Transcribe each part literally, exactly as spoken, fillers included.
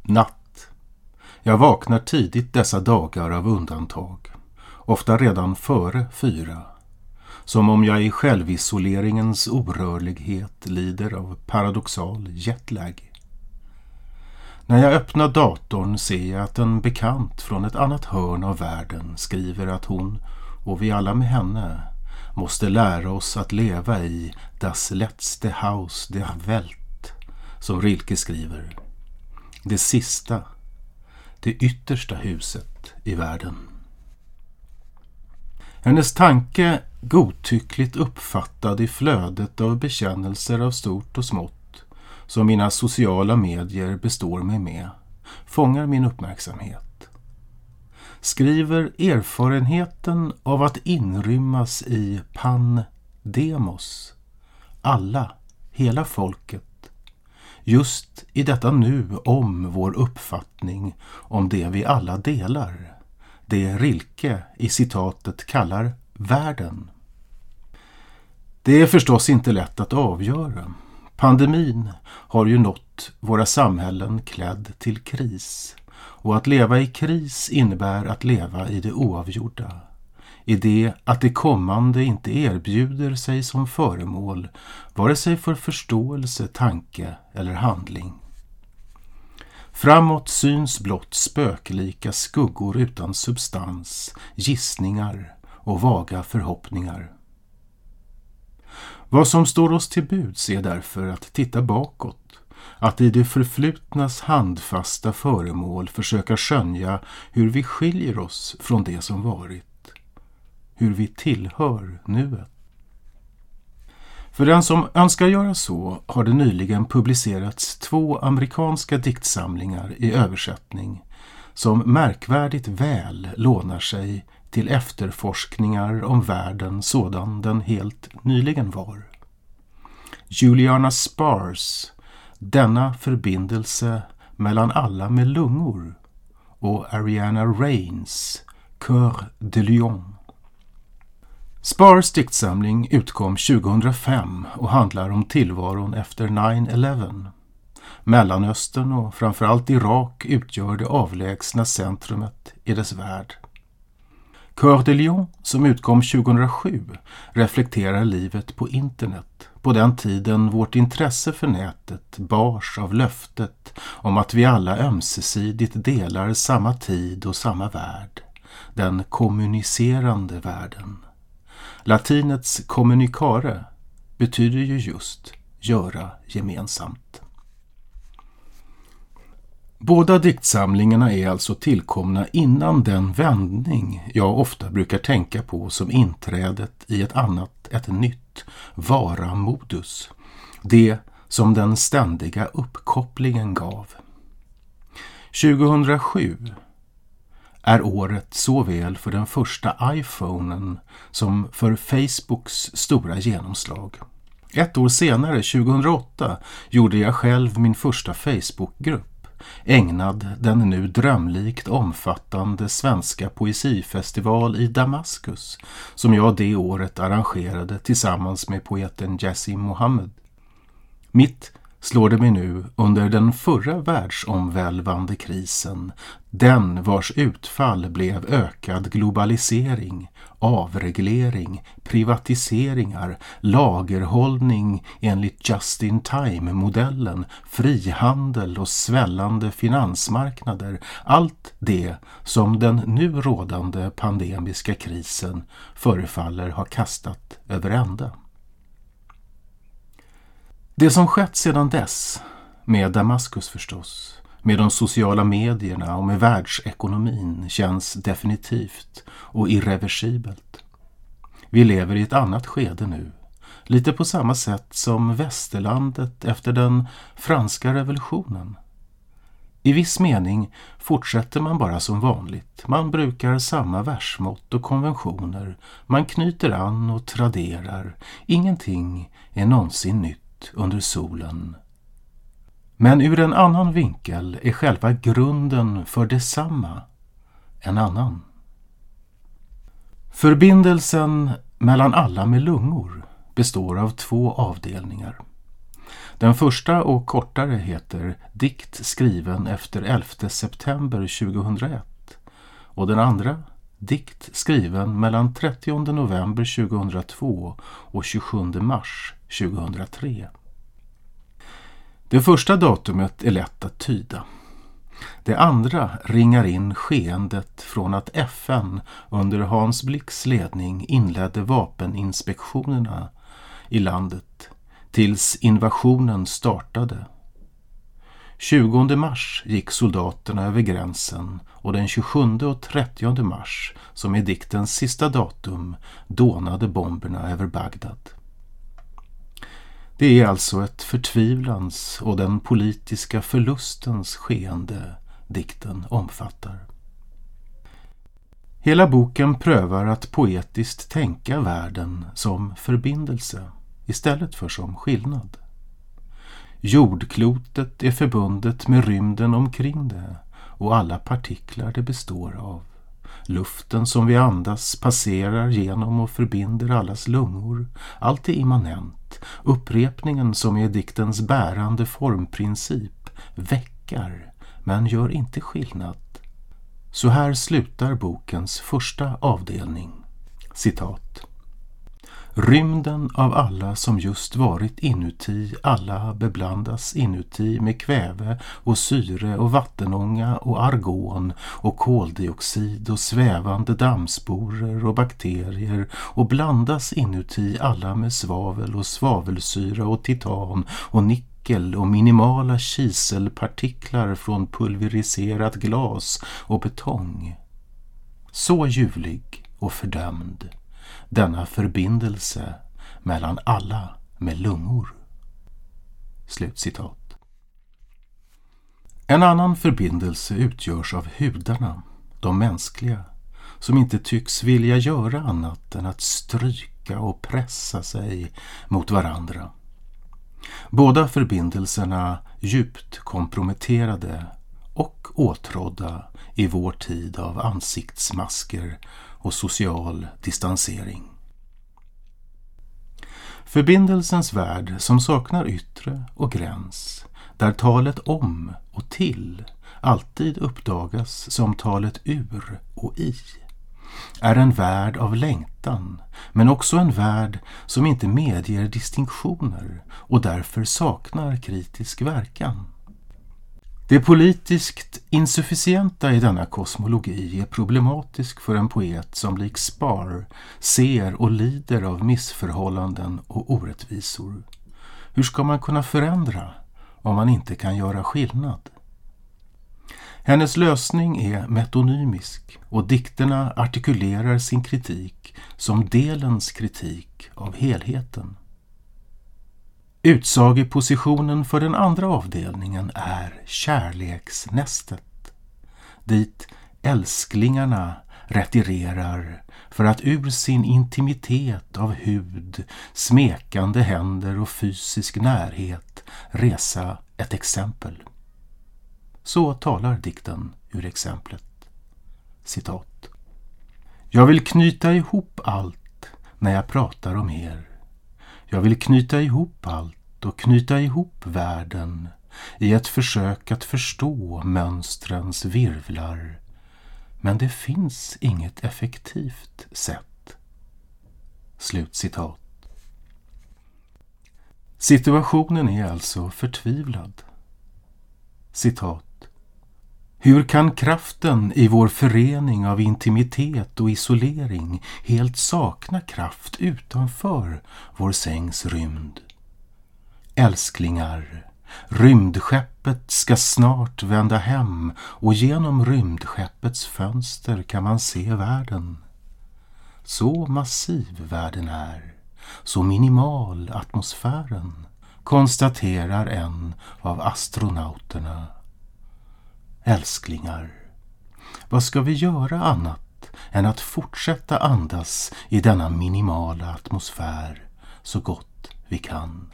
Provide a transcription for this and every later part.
Natt. Jag vaknar tidigt dessa dagar av undantag, ofta redan före fyra, som om jag i självisoleringens orörlighet lider av paradoxal jetlag. När jag öppnar datorn ser jag att en bekant från ett annat hörn av världen skriver att hon, och vi alla med henne, måste lära oss att leva i das letzte Haus der Welt, som Rilke skriver. Det sista, det yttersta huset i världen. Hennes tanke, godtyckligt uppfattad i flödet av bekännelser av stort och smått, som mina sociala medier består mig med, fångar min uppmärksamhet. Skriver erfarenheten av att inrymmas i pandemos, alla, hela folket, just i detta nu om vår uppfattning om det vi alla delar, det Rilke i citatet kallar världen. Det är förstås inte lätt att avgöra. Pandemin har ju nått våra samhällen klädd till kris, och att leva i kris innebär att leva i det oavgjorda, i det att det kommande inte erbjuder sig som föremål, vare sig för förståelse, tanke eller handling. Framåt syns blott spöklika skuggor utan substans, gissningar och vaga förhoppningar. Vad som står oss till buds är därför att titta bakåt, att i det förflutnas handfasta föremål försöka skönja hur vi skiljer oss från det som varit, hur vi tillhör nuet. För den som önskar göra så har det nyligen publicerats två amerikanska diktsamlingar i översättning som märkvärdigt väl lånar sig till efterforskningar om världen sådan den helt nyligen var. Juliana Spars, Denna förbindelse mellan alla med lungor, och Ariana Rains, Cœur de Lion. Spars diktsamling utkom tjugohundrafem och handlar om tillvaron efter nine eleven. Mellanöstern och framförallt Irak utgör det avlägsna centrumet i dess värld. Cœur de Lion, som utkom tjugohundrasju, reflekterar livet på internet, på den tiden vårt intresse för nätet bars av löftet om att vi alla ömsesidigt delar samma tid och samma värld, den kommunicerande världen. Latinets communicare betyder ju just göra gemensamt. Båda diktsamlingarna är alltså tillkomna innan den vändning jag ofta brukar tänka på som inträdet i ett annat, ett nytt vara-modus. Det som den ständiga uppkopplingen gav. tjugohundrasju är året såväl för den första iPhonen som för Facebooks stora genomslag. Ett år senare, tjugohundraåtta, gjorde jag själv min första Facebookgrupp, ägnad den nu drömlikt omfattande svenska poesifestival i Damaskus, som jag det året arrangerade tillsammans med poeten Jassim Mohammed. Mitt slår det mig nu under den förra världsomvälvande krisen, den vars utfall blev ökad globalisering, avreglering, privatiseringar, lagerhållning enligt just-in-time-modellen, frihandel och svällande finansmarknader, allt det som den nu rådande pandemiska krisen förefaller ha kastat över ända. Det som skett sedan dess, med Damaskus förstås, med de sociala medierna och med världsekonomin, känns definitivt och irreversibelt. Vi lever i ett annat skede nu, lite på samma sätt som västerlandet efter den franska revolutionen. I viss mening fortsätter man bara som vanligt. Man brukar samma versmått och konventioner, man knyter an och traderar. Ingenting är någonsin nytt under solen. Men ur en annan vinkel är själva grunden för detsamma en annan. Förbindelsen mellan alla med lungor består av två avdelningar. Den första och kortare heter Dikt skriven efter elfte september tjugohundraett och den andra Dikt skriven mellan trettionde november tjugohundratvå och tjugosjunde mars tjugohundratre. Det första datumet är lätt att tyda. Det andra ringar in skeendet från att F N under Hans Blix ledning inledde vapeninspektionerna i landet tills invasionen startade. tjugonde mars gick soldaterna över gränsen och den tjugosjunde och trettionde mars, som är diktens sista datum, dånade bomberna över Bagdad. Det är alltså ett förtvivlans och den politiska förlustens skeende dikten omfattar. Hela boken prövar att poetiskt tänka världen som förbindelse istället för som skillnad. Jordklotet är förbundet med rymden omkring det och alla partiklar det består av. Luften som vi andas passerar genom och förbinder allas lungor. Allt är immanent. Upprepningen som är diktens bärande formprincip väckar men gör inte skillnad. Så här slutar bokens första avdelning. Citat. Rymden av alla som just varit inuti, alla beblandas inuti med kväve och syre och vattenånga och argon och koldioxid och svävande dammsporer och bakterier och blandas inuti alla med svavel och svavelsyra och titan och nickel och minimala kiselpartiklar från pulveriserat glas och betong. Så ljuvlig och fördömd. Denna förbindelse mellan alla med lungor. Slutcitat. En annan förbindelse utgörs av hudarna, de mänskliga, som inte tycks vilja göra annat än att stryka och pressa sig mot varandra. Båda förbindelserna djupt komprometterade och åtrådda i vår tid av ansiktsmasker och social distansering. Förbindelsens värld som saknar yttre och gräns, där talet om och till alltid uppdagas som talet ur och i, är en värld av längtan, men också en värld som inte medger distinktioner och därför saknar kritisk verkan. Det politiskt insufficienta i denna kosmologi är problematisk för en poet som lik Spar ser och lider av missförhållanden och orättvisor. Hur ska man kunna förändra om man inte kan göra skillnad? Hennes lösning är metonymisk och dikterna artikulerar sin kritik som delens kritik av helheten. Utsagepositionen för den andra avdelningen är kärleksnästet, dit älsklingarna retirerar för att ur sin intimitet av hud, smekande händer och fysisk närhet resa ett exempel. Så talar dikten ur exemplet. Citat. Jag vill knyta ihop allt när jag pratar om er. Jag vill knyta ihop allt och knyta ihop världen i ett försök att förstå mönstrens virvlar. Men det finns inget effektivt sätt. Slutcitat. Situationen är alltså förtvivlad. Citat. Hur kan kraften i vår förening av intimitet och isolering helt sakna kraft utanför vår sängs rymd? Älsklingar, rymdskeppet ska snart vända hem och genom rymdskeppets fönster kan man se världen. Så massiv världen är, så minimal atmosfären, konstaterar en av astronauterna. Älsklingar, vad ska vi göra annat än att fortsätta andas i denna minimala atmosfär så gott vi kan?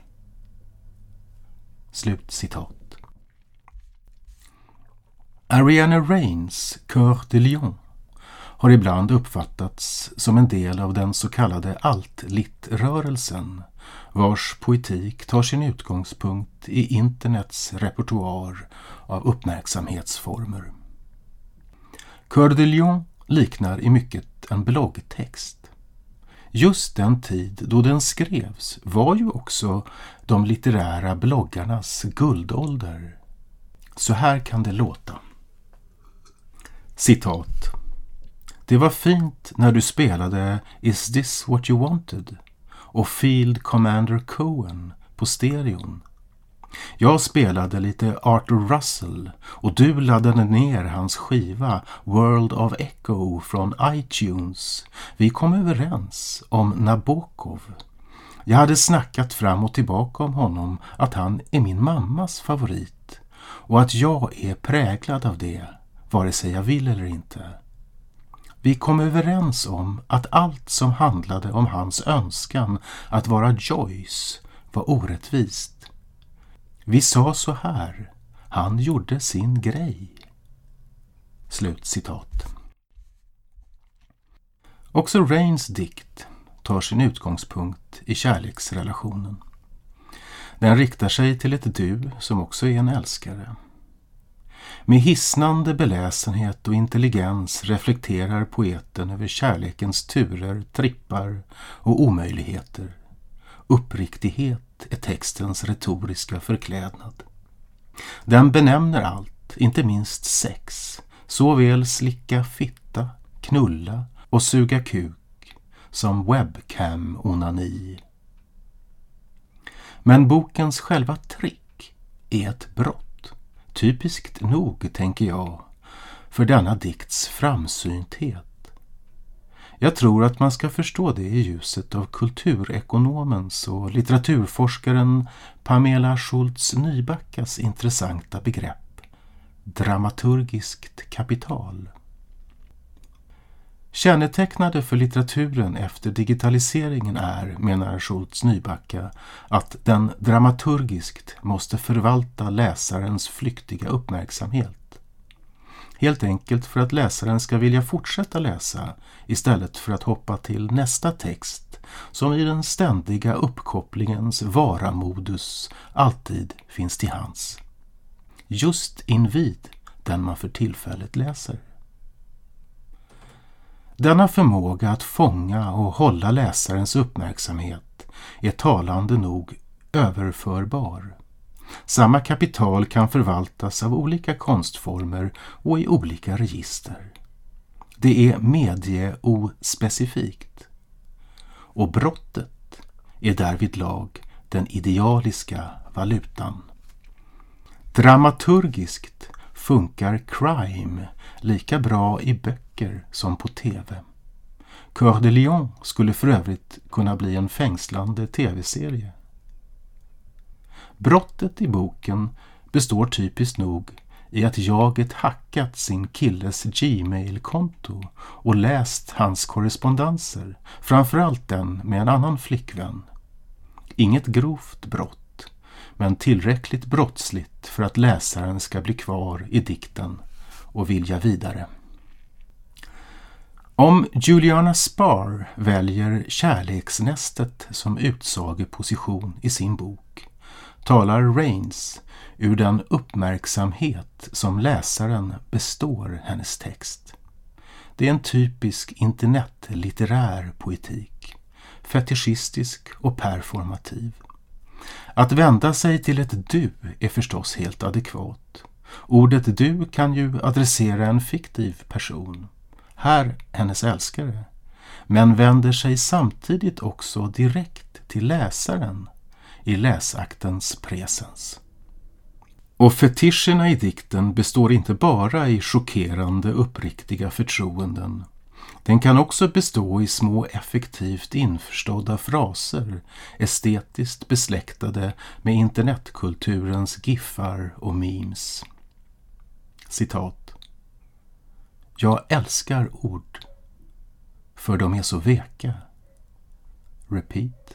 Slutcitat. Ariana Reines Cœur de Lion har ibland uppfattats som en del av den så kallade alt-lit-rörelsen, vars poetik tar sin utgångspunkt i internets repertoar av uppmärksamhetsformer. Coeur de Lion liknar i mycket en bloggtext. Just den tid då den skrevs var ju också de litterära bloggarnas guldålder. Så här kan det låta. Citat. Det var fint när du spelade Is This What You Wanted och Field Commander Cohen på stereon. Jag spelade lite Arthur Russell och du laddade ner hans skiva World of Echo från iTunes. Vi kom överens om Nabokov. Jag hade snackat fram och tillbaka om honom att han är min mammas favorit och att jag är präglad av det, vare sig jag vill eller inte. Vi kom överens om att allt som handlade om hans önskan att vara Joyce var orättvist. Vi sa så här, han gjorde sin grej. Slut citat. Också Rains dikt tar sin utgångspunkt i kärleksrelationen. Den riktar sig till ett du som också är en älskare. Med hisnande beläsenhet och intelligens reflekterar poeten över kärlekens turer, trippar och omöjligheter. Uppriktighet är textens retoriska förklädnad. Den benämner allt, inte minst sex, såväl slicka fitta, knulla och suga kuk som webcam-onani. Men bokens själva trick är ett brott, typiskt nog tänker jag, för denna dikts framsynthet. Jag tror att man ska förstå det i ljuset av kulturekonomens och litteraturforskaren Pamela Schultz-Nybackas intressanta begrepp, dramaturgiskt kapital. Kännetecknade för litteraturen efter digitaliseringen är, menar Schultz-Nybacka, att den dramaturgiskt måste förvalta läsarens flyktiga uppmärksamhet. Helt enkelt för att läsaren ska vilja fortsätta läsa istället för att hoppa till nästa text som i den ständiga uppkopplingens varamodus alltid finns till hands. Just invid den man för tillfället läser. Denna förmåga att fånga och hålla läsarens uppmärksamhet är talande nog överförbar. Samma kapital kan förvaltas av olika konstformer och i olika register. Det är medieospecifikt. Och brottet är därvidlag den idealiska valutan. Dramaturgiskt funkar crime lika bra i böcker som på tv. Coeur de Lion skulle för övrigt kunna bli en fängslande tv-serie. Brottet i boken består typiskt nog i att jaget hackat sin killes Gmail-konto och läst hans korrespondenser, framförallt den med en annan flickvän. Inget grovt brott, men tillräckligt brottsligt för att läsaren ska bli kvar i dikten och vilja vidare. Om Juliana Spar väljer kärleksnästet som utsageposition i sin bok talar Rains ur den uppmärksamhet som läsaren består hennes text. Det är en typisk internetlitterär poetik, fetischistisk och performativ. Att vända sig till ett du är förstås helt adekvat. Ordet du kan ju adressera en fiktiv person, här hennes älskare, men vänder sig samtidigt också direkt till läsaren i läsaktens presens. Och fetischerna i dikten består inte bara i chockerande uppriktiga förtroenden. Den kan också bestå i små effektivt införstådda fraser, estetiskt besläktade med internetkulturens giffar och memes. Citat. Jag älskar ord, för de är så veka. Repeat.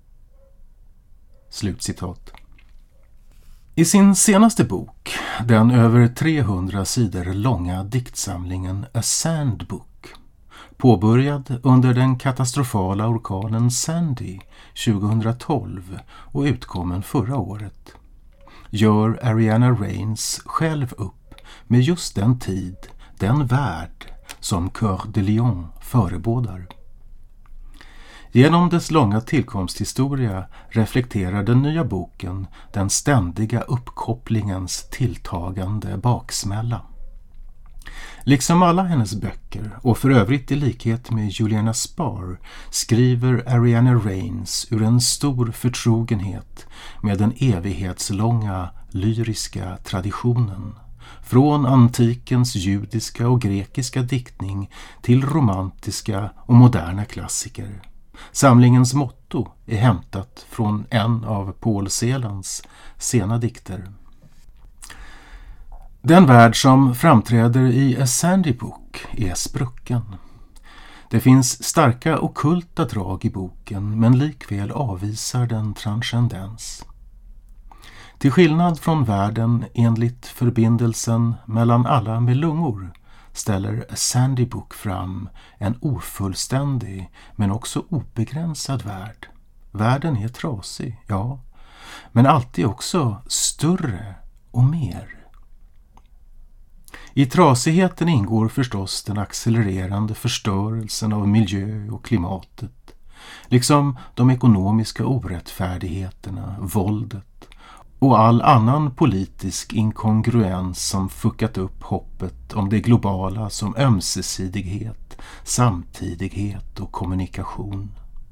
Slutcitat. I sin senaste bok, den över trehundra sidor långa diktsamlingen A Sandbook, påbörjad under den katastrofala orkanen Sandy tjugohundratolv och utkommen förra året, gör Ariana Reins själv upp med just den tid, den värld som Coeur de Lion förebådar. Genom dess långa tillkomsthistoria reflekterar den nya boken den ständiga uppkopplingens tilltagande baksmälla. Liksom alla hennes böcker, och för övrigt i likhet med Juliana Spar, skriver Ariana Reins ur en stor förtrogenhet med den evighetslånga lyriska traditionen. Från antikens judiska och grekiska diktning till romantiska och moderna klassiker. Samlingens motto är hämtat från en av Paul Celans sena dikter. Den värld som framträder i A Sandy Book är sprucken. Det finns starka ockulta drag i boken, men likväl avvisar den transcendens. Till skillnad från världen enligt förbindelsen mellan alla med lungor ställer A Sandy Book fram en ofullständig men också obegränsad värld. Världen är trasig, ja, men alltid också större och mer. I trasigheten ingår förstås den accelererande förstörelsen av miljö och klimatet, liksom de ekonomiska orättfärdigheterna, våldet och all annan politisk inkongruens som fuckat upp hoppet om det globala som ömsesidighet, samtidighet och kommunikation.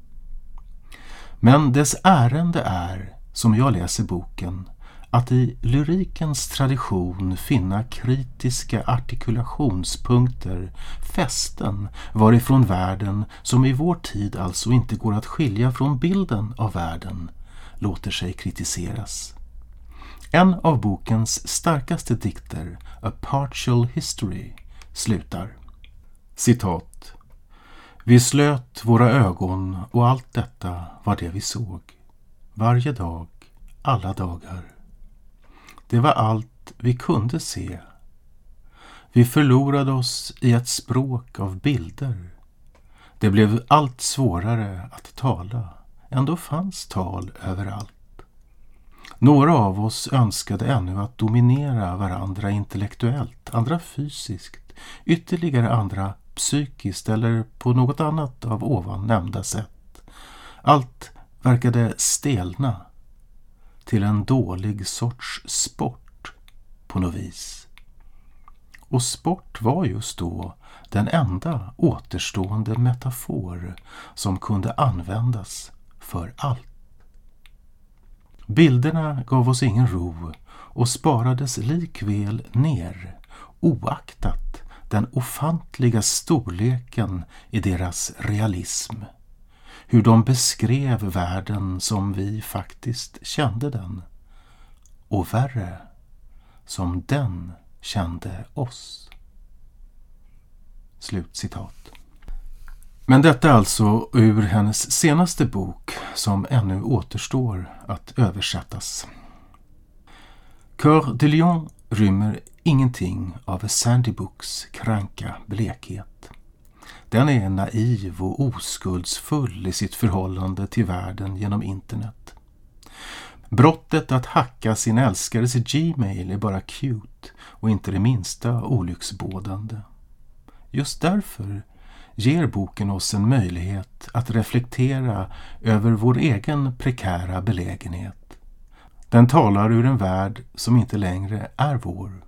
Men dess ärende är, som jag läser boken, att i lyrikens tradition finna kritiska artikulationspunkter, fästen varifrån världen, som i vår tid alltså inte går att skilja från bilden av världen, låter sig kritiseras. En av bokens starkaste dikter, A Partial History, slutar. Citat. Vi slöt våra ögon och allt detta var det vi såg. Varje dag, alla dagar. Det var allt vi kunde se. Vi förlorade oss i ett språk av bilder. Det blev allt svårare att tala. Ändå fanns tal överallt. Några av oss önskade ännu att dominera varandra intellektuellt, andra fysiskt, ytterligare andra psykiskt eller på något annat av ovan nämnda sätt. Allt verkade stelna till en dålig sorts sport på något vis. Och sport var just då den enda återstående metafor som kunde användas för allt. Bilderna gav oss ingen ro och sparades likväl ner, oaktat den ofantliga storleken i deras realism. Hur de beskrev världen som vi faktiskt kände den. Och värre, som den kände oss. Slutcitat. Men detta alltså ur hennes senaste bok som ännu återstår att översättas. Coeur de Lion rymmer ingenting av A Sandy Books kranka blekhet. Den är naiv och oskuldsfull i sitt förhållande till världen genom internet. Brottet att hacka sin älskares Gmail är bara cute och inte det minsta olycksbådande. Just därför ger boken oss en möjlighet att reflektera över vår egen prekära belägenhet. Den talar ur en värld som inte längre är vår.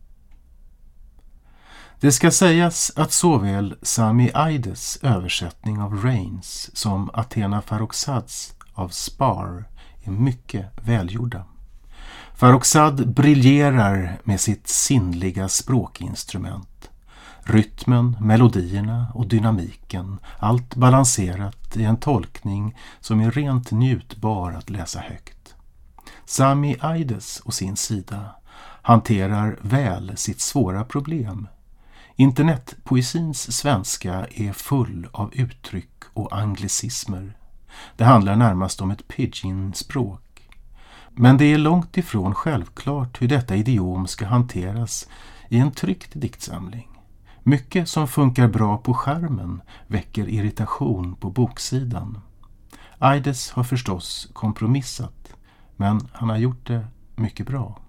Det ska sägas att såväl Sami Aides översättning av Reins som Athena Farrokhzads av Spar är mycket välgjorda. Farrokhzad briljerar med sitt sinnliga språkinstrument. Rytmen, melodierna och dynamiken, allt balanserat i en tolkning som är rent njutbar att läsa högt. Sami Aides å sin sida hanterar väl sitt svåra problem. Internetpoesins svenska är full av uttryck och anglicismer. Det handlar närmast om ett pidgin-språk. Men det är långt ifrån självklart hur detta idiom ska hanteras i en tryckt diktsamling. Mycket som funkar bra på skärmen väcker irritation på boksidan. Eides har förstås kompromissat, men han har gjort det mycket bra.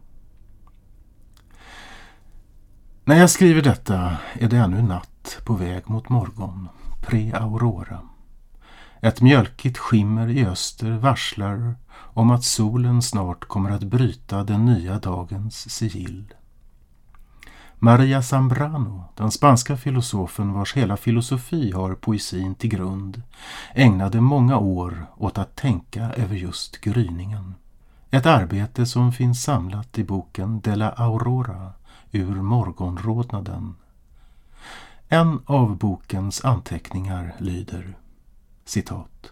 När jag skriver detta är det ännu natt på väg mot morgon, pre-aurora. Ett mjölkigt skimmer i öster varslar om att solen snart kommer att bryta den nya dagens sigill. Maria Zambrano, den spanska filosofen vars hela filosofi har poesin till grund, ägnade många år åt att tänka över just gryningen. Ett arbete som finns samlat i boken De la Aurora, ur morgonrodnaden. En av bokens anteckningar lyder, citat: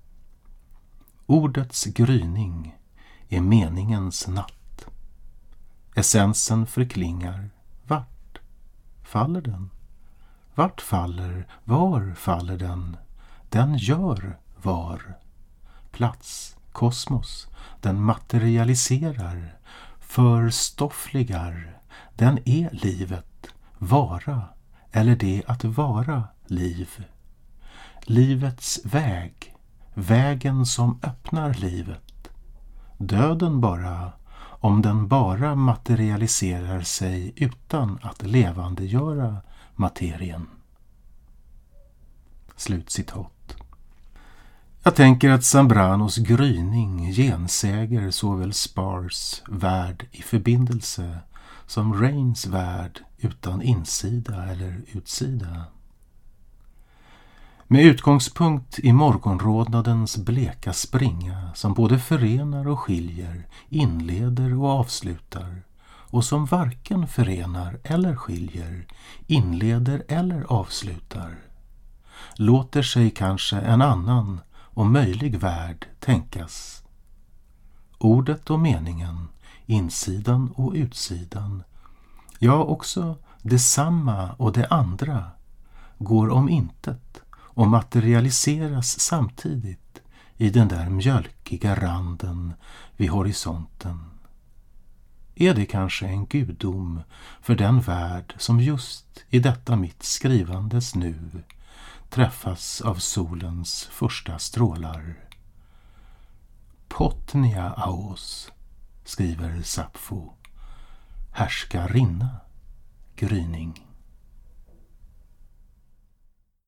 Ordets gryning är meningens natt. Essensen förklingar. Vart faller den? Vart faller, var faller den? Den gör var. Plats, kosmos, den materialiserar, förstoffligar. Den är livet, vara, eller det att vara liv. Livets väg, vägen som öppnar livet. Döden bara, om den bara materialiserar sig utan att levandegöra materien. Slutcitat. Jag tänker att Zambranos gryning gensäger såväl Spars värld i förbindelse som Rains värld utan insida eller utsida. Med utgångspunkt i morgonrodnadens bleka springa som både förenar och skiljer, inleder och avslutar, och som varken förenar eller skiljer, inleder eller avslutar, låter sig kanske en annan och möjlig värld tänkas. Ordet och meningen, insidan och utsidan, ja också detsamma och det andra, går om intet och materialiseras samtidigt i den där mjölkiga randen vid horisonten. Är det kanske en gudom för den värld som just i detta mitt skrivandes nu träffas av solens första strålar? Potnia aos, skriver Sappho, härskarinna, gryning.